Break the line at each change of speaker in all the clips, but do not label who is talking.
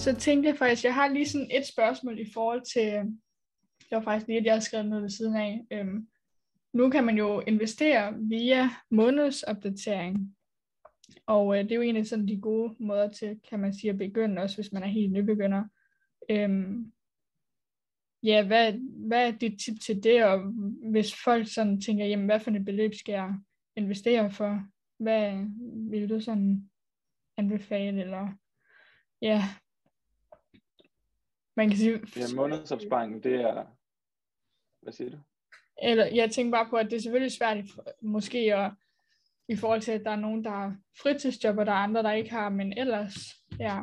så tænkte jeg faktisk, jeg har lige sådan et spørgsmål i forhold til, det var faktisk lige, at jeg har skrevet noget ved siden af. Nu kan man jo investere via månedsopdatering, og det er jo egentlig sådan de gode måder til, kan man sige, at begynde, også hvis man er helt nybegynder. Ja, hvad er dit tip til det, og hvis folk sådan tænker, jamen hvad for et beløb skal jeg investere for? Hvad vil du sådan anbefale, eller ja, man kan sige...
Ja, månedsopsparingen, det er... Hvad siger du?
Eller jeg tænker bare på, at det er selvfølgelig svært måske at, i forhold til, at der er nogen, der har fritidsjob, og der er andre, der ikke har, men ellers, ja.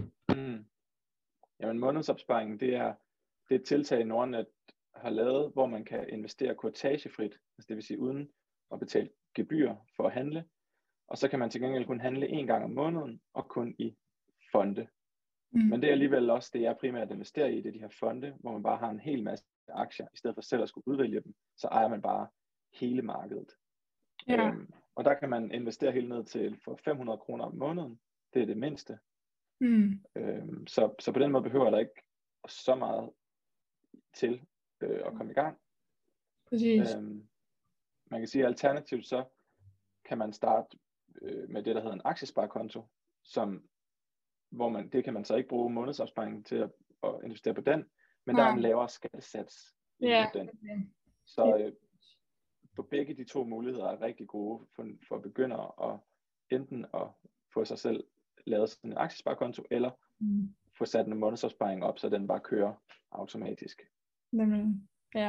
Jamen månedsopsparingen, det er et tiltag, Nordnet har lavet, hvor man kan investere kurtagefrit, altså det vil sige uden at betale gebyr for at handle, og så kan man til gengæld kun handle en gang om måneden, og kun i fonde. Men det er alligevel også det, jeg primært investerer i, det er de her fonde, hvor man bare har en hel masse aktier, i stedet for selv at skulle udvælge dem, så ejer man bare hele markedet.
Ja.
Og der kan man investere helt ned til for 500 kroner om måneden, det er det mindste. Så på den måde behøver der ikke så meget til at komme i gang.
Præcis.
Man kan sige, at alternativt så kan man starte med det, der hedder en aktiesparekonto, hvor det kan man så ikke bruge månedsopsparingen til at investere på den, men der er en lavere skattesats i den. Så på begge de to muligheder er rigtig gode for begyndere at enten at få sig selv lavet sådan en aktiesparekonto, eller få sat en månedsopsparing op, så den bare kører automatisk.
Nemlig, ja.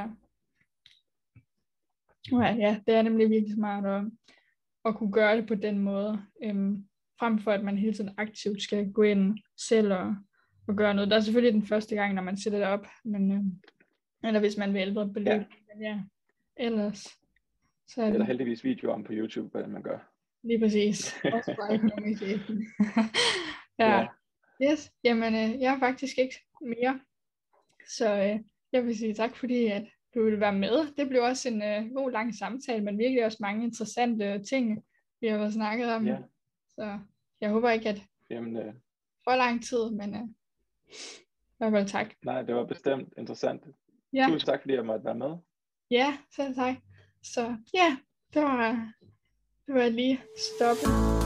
Ja, det er nemlig virkelig smart at kunne gøre det på den måde, frem for at man hele tiden aktivt skal gå ind selv og gøre noget. Der er selvfølgelig den første gang, når man sætter det op, men eller hvis man vil ældre beløb, men ja, ellers så
er der heldigvis videoer om på YouTube, hvordan man gør.
Lige præcis. Også fra økonomichefen. Ja. Yes, jamen jeg har faktisk ikke mere, så jeg vil sige tak, fordi at du ville være med. Det blev også en god lang samtale, men virkelig også mange interessante ting, vi har snakket om.
Ja.
Så jeg håber ikke, at for lang tid, men i hvert fald tak.
Nej, det var bestemt interessant.
Ja.
Tusind tak, fordi jeg måtte være med.
Ja, selv tak. Så ja, det var lige stoppet.